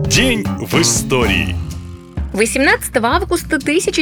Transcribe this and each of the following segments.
День в истории. 18 августа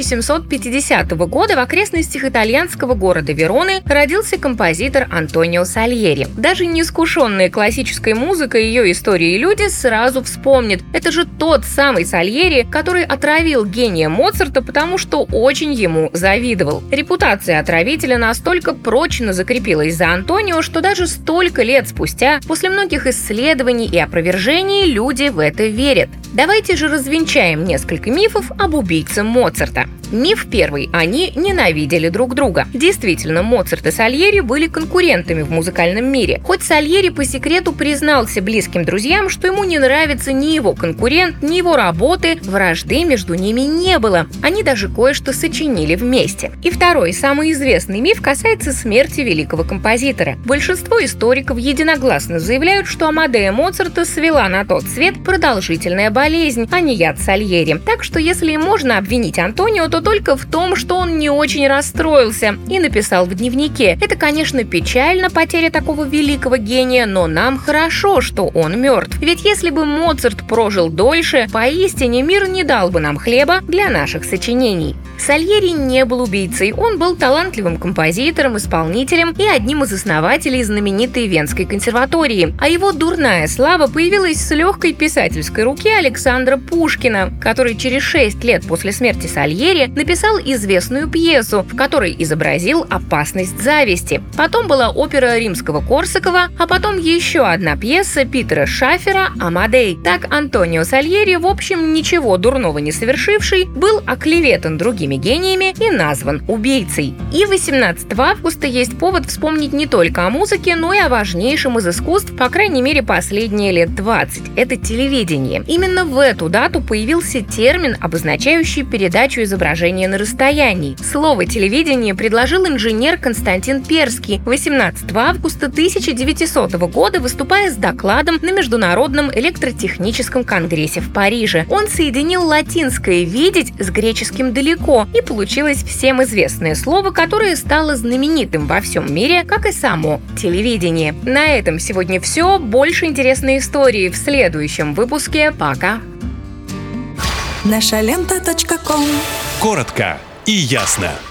1750 года в окрестностях итальянского города Вероны родился композитор Антонио Сальери. Даже неискушенные классической музыкой, ее историей люди сразу вспомнят. Это же тот самый Сальери, который отравил гения Моцарта, потому что очень ему завидовал. Репутация отравителя настолько прочно закрепилась за Антонио, что даже столько лет спустя, после многих исследований и опровержений, люди в это верят. Давайте же развенчаем несколько мифов об убийце Моцарта. Миф первый. Они ненавидели друг друга. Действительно, Моцарт и Сальери были конкурентами в музыкальном мире. Хоть Сальери по секрету признался близким друзьям, что ему не нравится ни его конкурент, ни его работы, вражды между ними не было. Они даже кое-что сочинили вместе. И второй, самый известный миф касается смерти великого композитора. Большинство историков единогласно заявляют, что Амадея Моцарта свела на тот свет продолжительная болезнь, а не яд Сальери. Так что если и можно обвинить Антонио, то только в том, что он не очень расстроился и написал в дневнике: «Это, конечно, печально, потеря такого великого гения, но нам хорошо, что он мертв. Ведь если бы Моцарт прожил дольше, поистине мир не дал бы нам хлеба для наших сочинений». Сальери не был убийцей, он был талантливым композитором, исполнителем и одним из основателей знаменитой Венской консерватории. А его дурная слава появилась с легкой писательской руки Александра Пушкина, который через 6 лет после смерти Сальери написал известную пьесу, в которой изобразил опасность зависти. Потом была опера Римского-Корсакова, а потом еще одна пьеса Питера Шаффера «Амадей». Так Антонио Сальери, в общем, ничего дурного не совершивший, был оклеветан другими гениями и назван убийцей. И 18 августа есть повод вспомнить не только о музыке, но и о важнейшем из искусств, по крайней мере, последние лет 20. Это телевидение. Именно в эту дату появился термин, обозначающий передачу изображения на расстоянии. Слово «телевидение» предложил инженер Константин Перский 18 августа 1900 года, выступая с докладом на Международном электротехническом конгрессе в Париже. Он соединил латинское «видеть» с греческим «далеко», и получилось всем известное слово, которое стало знаменитым во всем мире, как и само телевидение. На этом сегодня все. Больше интересной истории в следующем выпуске. Пока! Нашалента.ком. Коротко и ясно.